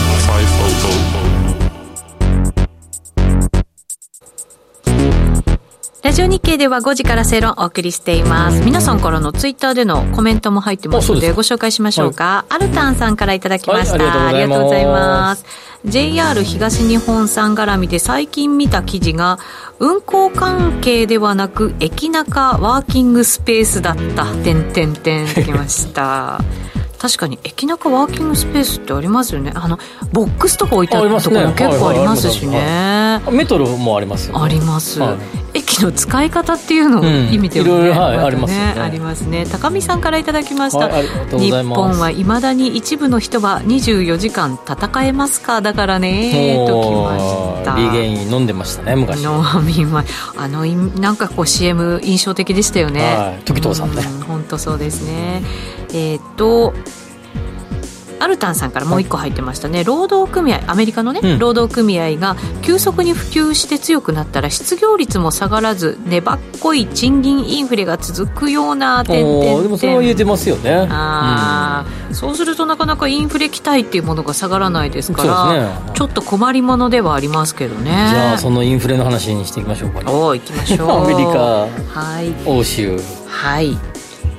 ごひゃく。 ラジオ日経ではごじから正論をお送りしています。皆さんからのツイッターでのコメントも入ってますのでご紹介しましょうか、はい、アルタンさんからいただきました、はい、ありがとうございます。 ジェイアール 東日本さん絡みで最近見た記事が運行関係ではなく駅中ワーキングスペースだった点点点ってきました確かに駅中ワーキングスペースってありますよね。あのボックスとか置いてあるところも結構ありますしね。 メトロもありますよね。 あります、はい、駅の使い方っていうのを意味でもね、うん、いろいろ、はいま、ありますね。ありますね。高見さんからいただきました、はい、ありがとうございます。日本はいまだに一部の人はにじゅうよじかん戦えますかだからねときました。 リーゲイン飲んでましたね昔。 飲みまあのなんかこう シーエム 印象的でしたよね。 はい、時藤さんね。 本当そうですね。えー、っとアルタンさんからもう一個入ってましたね。労働組合アメリカのね、うん、労働組合が急速に普及して強くなったら失業率も下がらず粘っこい賃金インフレが続くような点々点。 でもそれは言えてますよね。 あ、うん、そうするとなかなかインフレ期待っていうものが下がらないですから、ね、ちょっと困りものではありますけどね。 じゃあそのインフレの話にしていきましょうかね。 お行きましょうアメリカ、 はい、 欧州、 はい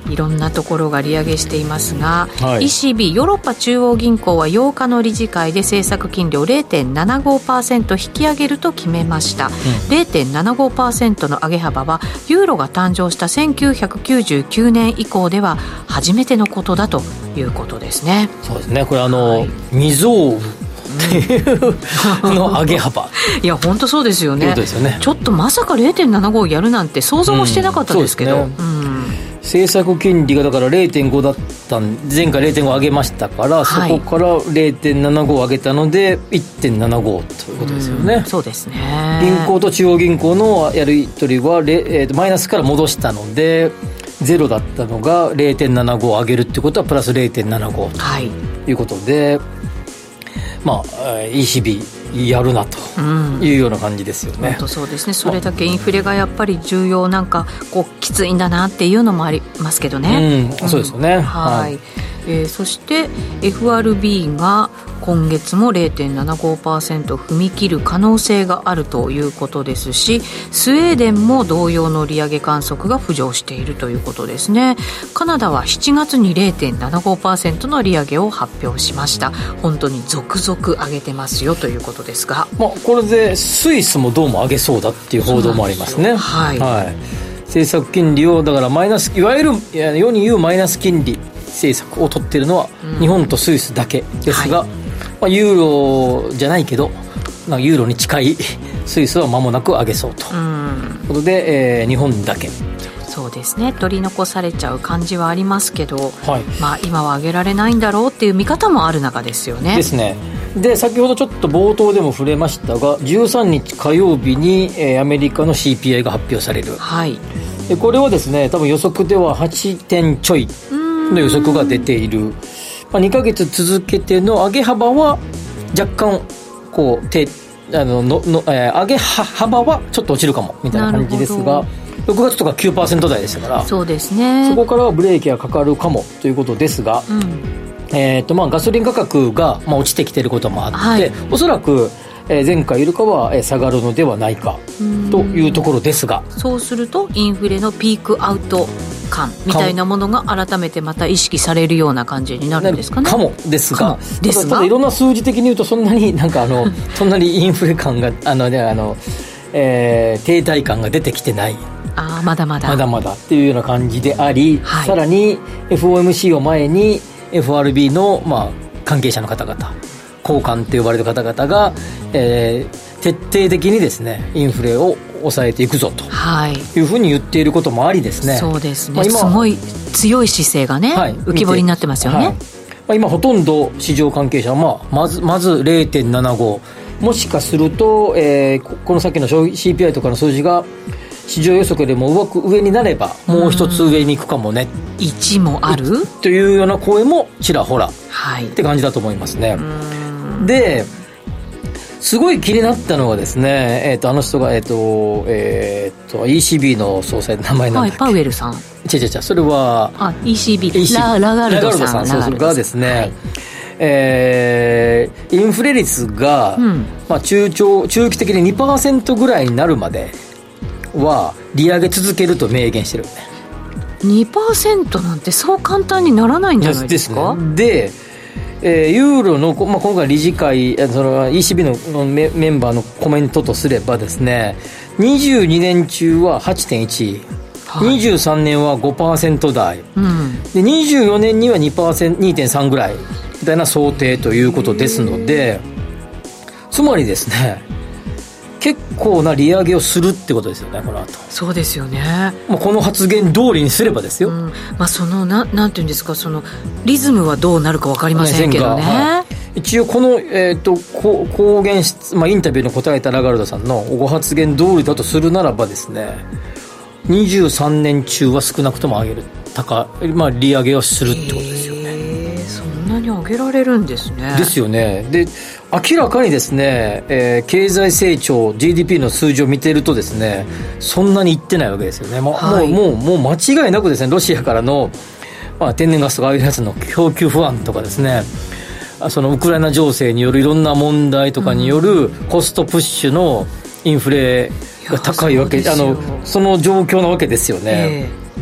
いろんなところが利上げしていますが、 はい、 イーシービー ヨーロッパ中央銀行はようかの理事会で政策金利を ゼロテンななごパーセント 引き上げると決めました、うん、ゼロテンななごパーセント の上げ幅はユーロが誕生したせんきゅうひゃくきゅうじゅうきゅうねん以降では初めてのことだということですね。 そうですね、これあの、はい、未曾有っていうの上げ幅いや本当そうですよ ね, そうですよね。 ちょっとまさか ゼロテンななご をやるなんて想像もしてなかったですけど、うん、 政策金利がだから ゼロテンご だったん前回 ゼロテンご 上げましたから、はい、そこから ゼロテンななご 上げたので いってんななご ということですよね、 うん、そうですね。 銀行と中央銀行のやり取りは、えー、マイナスから戻したのでゼロだったのが ゼロテンななご を上げるってことはプラス ゼロテンななご ということで、はい、まあ、イーシービー やるなというような感じですよね、うん、 本当そうですね。それだけインフレがやっぱり重要、なんかこうきついんだなっていうのもありますけどね、 うん、そうですよね、 うん、はい、はい、えー、そして エフアールビー が今月も ゼロテンななごパーセント 踏み切る可能性があるということですし、スウェーデンも同様の利上げ観測が浮上しているということですね。カナダはしちがつに ゼロテンななごパーセント の利上げを発表しました。本当に続々上げてますよということですが、 まあ、これでスイスもどうも上げそうだっていう報道もありますね。 はい、はい、 政策金利をだからマイナス、いわゆる世に言うマイナス金利政策を取っているのは日本とスイスだけですが、うん、はい、まあ、ユーロじゃないけど、まあ、ユーロに近いスイスは間もなく上げそうということで、えー、日本だけ。 そうですね、取り残されちゃう感じはありますけど、 はい、 まあ、今は上げられないんだろうっていう見方もある中ですよね。 ですね。で先ほどちょっと冒頭でも触れましたが、じゅうさんにち火曜日に、えー、アメリカの シーピーアイ が発表される、 はい、 でこれはですね、多分予測でははってんちょいの予測が出ている。まあ、にかげつ続けての上げ幅は若干こうてあののの、えー、上げ幅はちょっと落ちるかもみたいな感じですが、ろくがつとか きゅうパーセント 台でしたから、 そうですね、 そこからはブレーキがかかるかもということですが、うん、えーとまあ、ガソリン価格が、まあ、落ちてきていることもあって、はい、おそらく、えー、前回よりかは、えー、下がるのではないかというところですが、 そうするとインフレのピークアウト感みたいなものが改めてまた意識されるような感じになるんですかね。 かもですが、 ですがただ、ただいろんな数字的に言うとそんなになんかあのそんなにインフレ感があの、ね、あの、えー、停滞感が出てきてない。 あ、まだまだまだまだっていうような感じであり、はい、さらに エフオーエムシー を前に エフアールビー の、まあ、関係者の方々、高官と呼ばれる方々が、えー、徹底的にですねインフレを抑えていくぞというふうに言っていることもありですね、 そうですね、まあ、今すごい強い姿勢がね、はい、浮き彫りになってますよね、はい、まあ、今ほとんど市場関係者は、まあ、まず、まず ゼロテンななご、 もしかすると、えー、この先の シーピーアイ とかの数字が市場予測よりもうまく上になればもう一つ上に行くかもね、 いちもあるというような声もちらほら、 はい、 って感じだと思いますね。ですごい気になったのがですね、えー、とあの人が、えーとえー、と イーシービー の総裁の名前なんだっけ、 はい、パウエルさん、 違う違う違う、それはあ イーシービー イーシービー ラ, ラガルドさん、 ラガルドさん、そうがですね、はい、えー、インフレ率が、うん、まあ、中長中期的に にパーセント ぐらいになるまでは利上げ続けると明言してる。 にパーセント なんてそう簡単にならないんじゃないですか。 で、えー、ユーロの、まあ、今回理事会その イーシービー のメ, メンバーのコメントとすればですね、にじゅうにねん中は はちてんいち、はい、にじゅうさんねんは ごパーセント 台、うん、でにじゅうよねんには にパーセント にてんさん ぐらいみたいな想定ということですので、つまりですね結構な利上げをするってことですよね、この後。 そうですよね、 まあ、この発言通りにすればですよ、うん、 まあ、その な, なんていうんですか、そのリズムはどうなるか分かりませんけどね、はい、一応この、えー、と公言し、まあ、インタビューに答えたラガルドさんのご発言通りだとするならばですね、にじゅうさんねん中は少なくとも上げる高、まあ、利上げをするってことですよね。 そんなに上げられるんですね。 ですよね。で明らかにですね、えー、経済成長 ジーディーピー の数字を見てるとですね、そんなにいってないわけですよね、まあ、はい、もう、もう、もう間違いなくですね、ロシアからの、まあ、天然ガスとかああいうやつの供給不安とかですね、そのウクライナ情勢によるいろんな問題とかによるコストプッシュのインフレが高いわけ、あのその状況なわけですよね、えー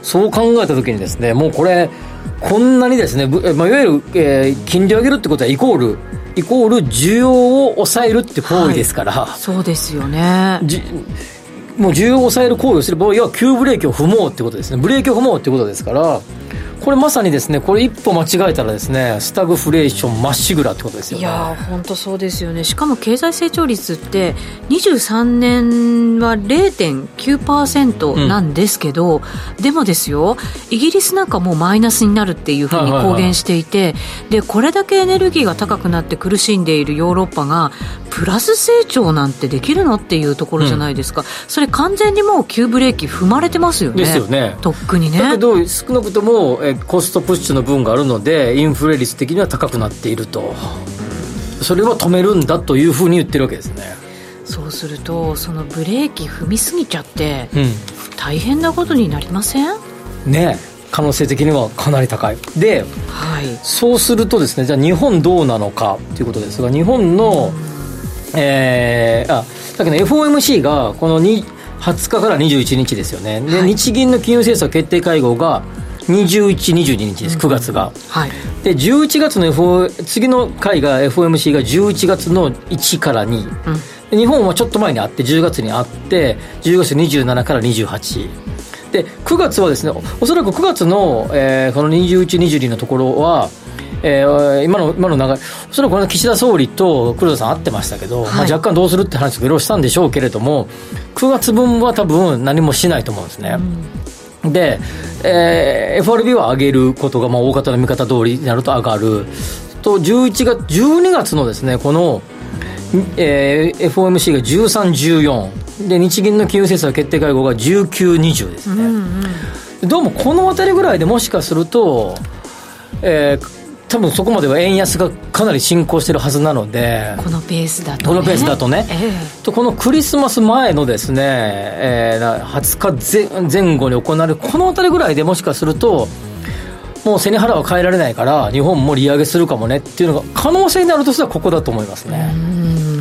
そう考えたときにですね、もうこれこんなにですね、まあ、いわゆる、えー、金利を上げるってことはイコールイコール需要を抑えるって行為ですから、 はい、そうですよね。 もう需要を抑える行為をすれば、要は急ブレーキを踏もうってことですね。ブレーキを踏もうってことですから、これまさにですね、これ一歩間違えたらですね、スタグフレーションまっしぐらってことですよね。 いや本当そうですよね。しかも経済成長率ってにじゅうさんねんは れいてんきゅうパーセント なんですけど、うん、でもですよ、イギリスなんかもうマイナスになるっていうふうに公言していて、はいはいはい、でこれだけエネルギーが高くなって苦しんでいるヨーロッパがプラス成長なんてできるのっていうところじゃないですか、うん、それ完全にもう急ブレーキ踏まれてますよね。 ですよね。 とっくにね。 だけど少なくともえコストプッシュの分があるのでインフレ率的には高くなっていると、それは止めるんだというふうに言ってるわけですね。 そうするとそのブレーキ踏みすぎちゃって、うん、大変なことになりませんね。可能性的にはかなり高いで、 はい、 そうするとですね、じゃあ日本どうなのかということですが、日本の、うんえー、あさっきの エフオーエムシー がこのはつかからにじゅういちにちですよね。で、はい、日銀の金融政策決定会合がにじゅういち、にじゅうににちです、くがつが、うんはい、でじゅういちがつの、F、次の会が エフオーエムシー がじゅういちがつのいちからに、うん、日本はちょっと前にあってじゅうがつにあってじゅうがつにじゅうしちからにじゅうはちでくがつはですね、おそらくくがつの、えー、このにじゅういち、にじゅうにのところは、えー、今の今の流れ、おそらくこの岸田総理と黒田さん会ってましたけど、はい、まあ、若干どうするって話をいろいろしたんでしょうけれども、くがつぶんは多分何もしないと思うんですね、うん、で、えー、エフアールビー は上げることが、まあ、大方の見方通りになると上がると、じゅういちがつじゅうにがつのですね、この、えー、エフオーエムシー がじゅうさん、じゅうよんで日銀の金融政策決定会合がじゅうきゅう、にじゅうですね、うんうん、どうもこのあたりぐらいでもしかすると、えー、多分そこまでは円安がかなり進行しているはずなので、 このペースだとね、 このペースだとね、 えー、 とこのクリスマス前のですね、えー、はつかぜん後に行われるこのあたりぐらいでもしかするともう背に腹は変えられないから日本も利上げするかもねっていうのが可能性になるとしたらここだと思いますね。 うん、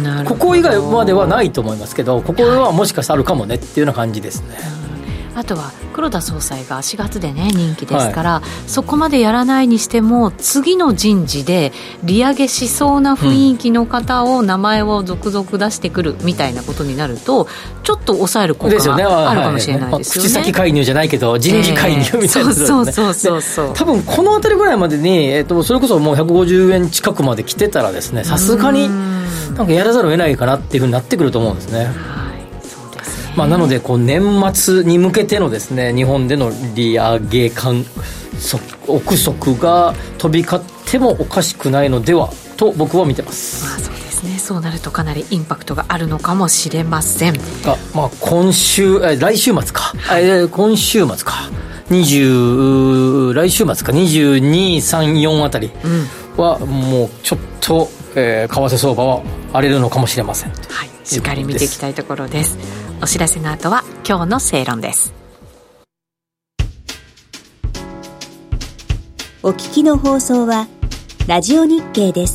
なるほど。 ここ以外まではないと思いますけど、ここはもしかしたらあるかもねっていうような感じですね、 うん、あとは黒田総裁がしがつでね任期ですから、はい、そこまでやらないにしても次の人事で利上げしそうな雰囲気の方を名前を続々出してくるみたいなことになるとちょっと抑える効果があるかもしれないですよね。 口先介入じゃないけど人事介入みたいな、ね、えー、 そうそうそうそう多分このあたりぐらいまでに、えー、とそれこそもうひゃくごじゅうえん近くまで来てたらですね、さすがになんかやらざるを得ないかなっていうふうになってくると思うんですね。まあ、なのでこう年末に向けてのですね、日本での利上げ観憶測が飛び交ってもおかしくないのではと僕は見てます。 まあ、そうですね。そうなるとかなりインパクトがあるのかもしれませんが、まあ、今週え来週末か、はい、え今週末かにじゅう来週末かにじゅうに、さん、よんあたりはもうちょっと、えー、為替相場は荒れるのかもしれません。 はい、しっかり見ていきたいところです。お知らせの後は今日の正論です。 お聞きの放送はラジオ日経です。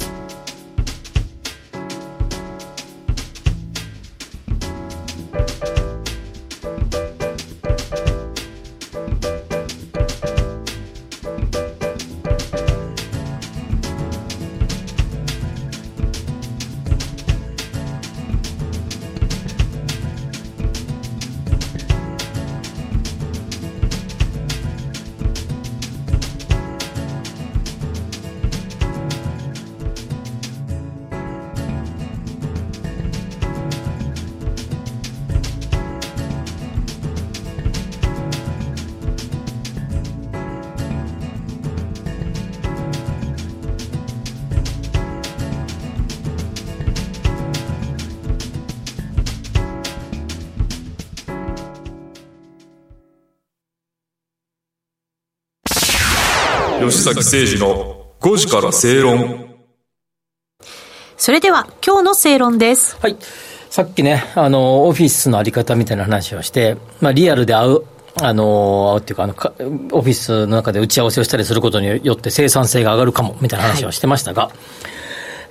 吉崎誠二のごじから正論。 それでは今日の正論です。 はい、さっきね、あのオフィスのあり方みたいな話をして、まあ、リアルで会うあの会うっていうか、あのオフィスの中で打ち合わせをしたりすることによって生産性が上がるかもみたいな話をしてましたが、はい、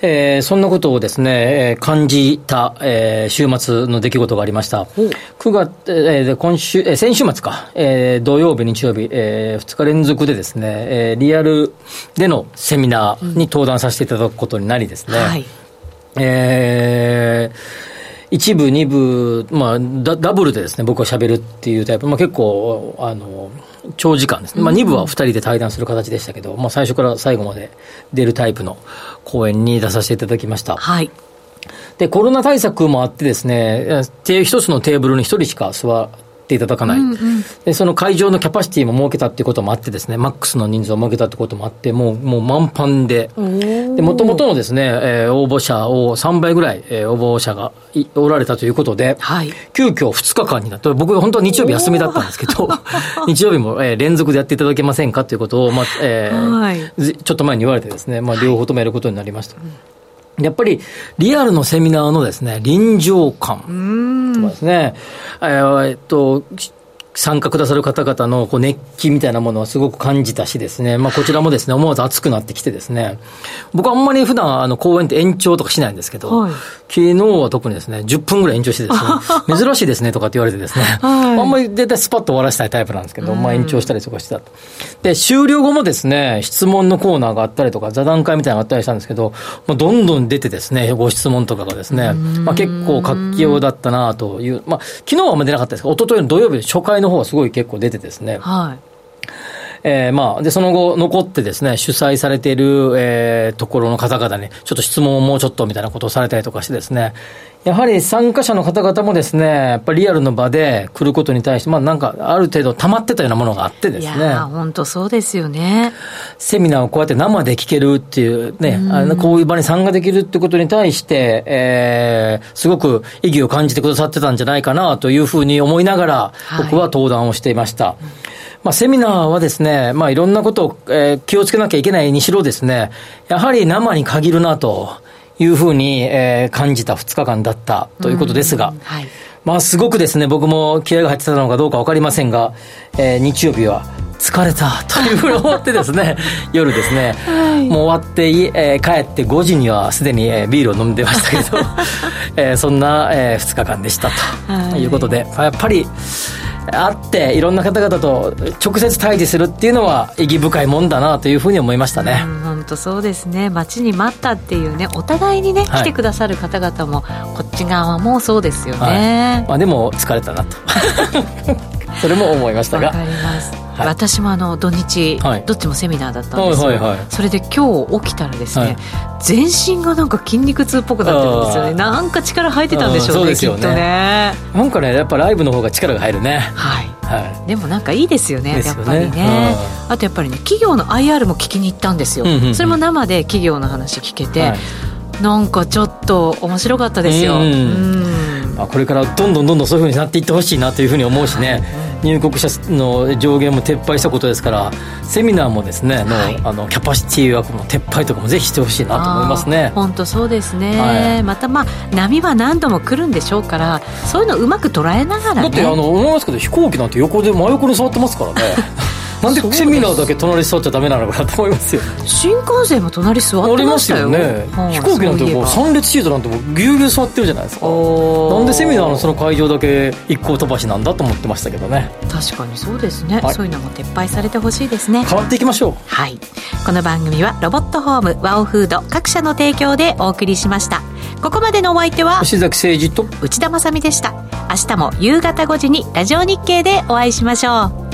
えー、そんなことをですね、えー、感じた、えー、週末の出来事がありました。くがつ、えー、今週、えー、先週末か、えー、土曜日、日曜日、えー、ふつか連続でですね、えー、リアルでのセミナーに登壇させていただくことになりですね、うんはい、えー一部、二部、まあダ、ダブルでですね、僕は喋るっていうタイプ、まあ結構、あの、長時間ですね。まあ二部は二人で対談する形でしたけど、まあ最初から最後まで出るタイプの講演に出させていただきました。 はい。 で、コロナ対策もあってですね、一つのテーブルに一人しか座っていただかない、うんうん、でその会場のキャパシティも設けたっていうこともあってですね、マックスの人数を設けたってこともあって、もうもう満帆で、で元々のですね、えー、応募者をさんばいぐらい、えー、応募者がおられたということで、はい、急遽ふつかかんになって、僕本当は日曜日休みだったんですけど日曜日も、えー、連続でやっていただけませんかということを、まあえーはい、ちょっと前に言われてですね、まあ、両方ともやることになりました、はい、やっぱりリアルのセミナーのですね、臨場感とかですね、えー、えっと参加くださる方々のこう熱気みたいなものはすごく感じたしですね、まあこちらもですね、思わず熱くなってきてですね、僕はあんまり普段あの講演って延長とかしないんですけど、はい、昨日は特にですね、じゅっぷんぐらい延長してですね、珍しいですねとかって言われてですね、はい、あんまり絶対スパッと終わらせたいタイプなんですけど、まあ延長したりとかしてたと。で、終了後もですね、質問のコーナーがあったりとか、座談会みたいなのがあったりしたんですけど、まあ、どんどん出てですね、ご質問とかがですね、まあ結構活気用だったなという、まあ昨日はあんま出なかったですけど、一昨日の土曜日初回の方はすごい結構出てですね、はいえー、まあでその後残ってですね、主催されている、えー、ところの方々にちょっと質問をもうちょっとみたいなことをされたりとかしてですね、やはり参加者の方々もですね、やっぱりリアルの場で来ることに対して、まあなんかある程度溜まってたようなものがあってですね、いや本当そうですよね。 セミナーをこうやって生で聞けるっていうね、うん、あのこういう場に参加できるってことに対して、えー、すごく意義を感じてくださってたんじゃないかなというふうに思いながら、僕は登壇をしていました。はいうんまあ、セミナーはですね、まあ、いろんなことを、えー、気をつけなきゃいけないにしろですね、やはり生に限るなというふうに、えー、感じたふつかかんだったということですが、はい、まあ、すごくですね、僕も気合が入ってたのかどうかわかりませんが、えー、日曜日は疲れたというふうに思ってですね夜ですね、はい、もう終わって、えー、帰ってごじにはすでに、えー、ビールを飲んでましたけど、えー、そんな、えー、ふつかかんでしたということで、やっぱり会っていろんな方々と直接対峙するっていうのは意義深いもんだなというふうに思いましたね。 本当そうですね。待ちに待ったっていうね、お互いにね、はい、来てくださる方々もこっち側もそうですよね、はいまあ、 でも疲れたなとそれも思いましたが。 わかります、はい、私もあの土日、はい、どっちもセミナーだったんですよ、はいはいはい、それで今日起きたらですね、はい、全身がなんか筋肉痛っぽくなってるんですよね。なんか力入ってたんでしょうね、そうですよね、きっとね。 なんかね、やっぱライブの方が力が入るね、 はいはい、でもなんかいいですよ ね, ですよねやっぱりね。あとやっぱりね、企業の アイアール も聞きに行ったんですよ、うんうんうん、それも生で企業の話聞けて、はい、なんかちょっと面白かったですよ、うんうんうん、あこれからどんどんどんどんそういう風になっていってほしいなという風に思うしね、はい入国者の上限も撤廃したことですから、セミナーもですねの、はい、あのキャパシティ枠の撤廃とかもぜひしてほしいなと思いますね。 本当そうですね、はい、またまあ波は何度も来るんでしょうから、そういうのをうまく捉えながらね。 だってあの思いますけど、飛行機なんて横で真横に座ってますからねなんでセミナーだけ隣座っちゃダメなのかなと思いますよ。 新幹線も隣座ってましたよ。 ありますよね、はあ、飛行機なんてもうさん列シートなんてもうぎゅうぎゅう座ってるじゃないですか。なんでセミナーのその会場だけ一行飛ばしなんだと思ってましたけどね。 確かにそうですね、はい、そういうのも撤廃されてほしいですね。 変わっていきましょう。 はい、この番組はロボットホーム、ワオフード各社の提供でお送りしました。ここまでのお相手は吉崎誠二と内田まさみでした。明日も夕方ごじにラジオ日経でお会いしましょう。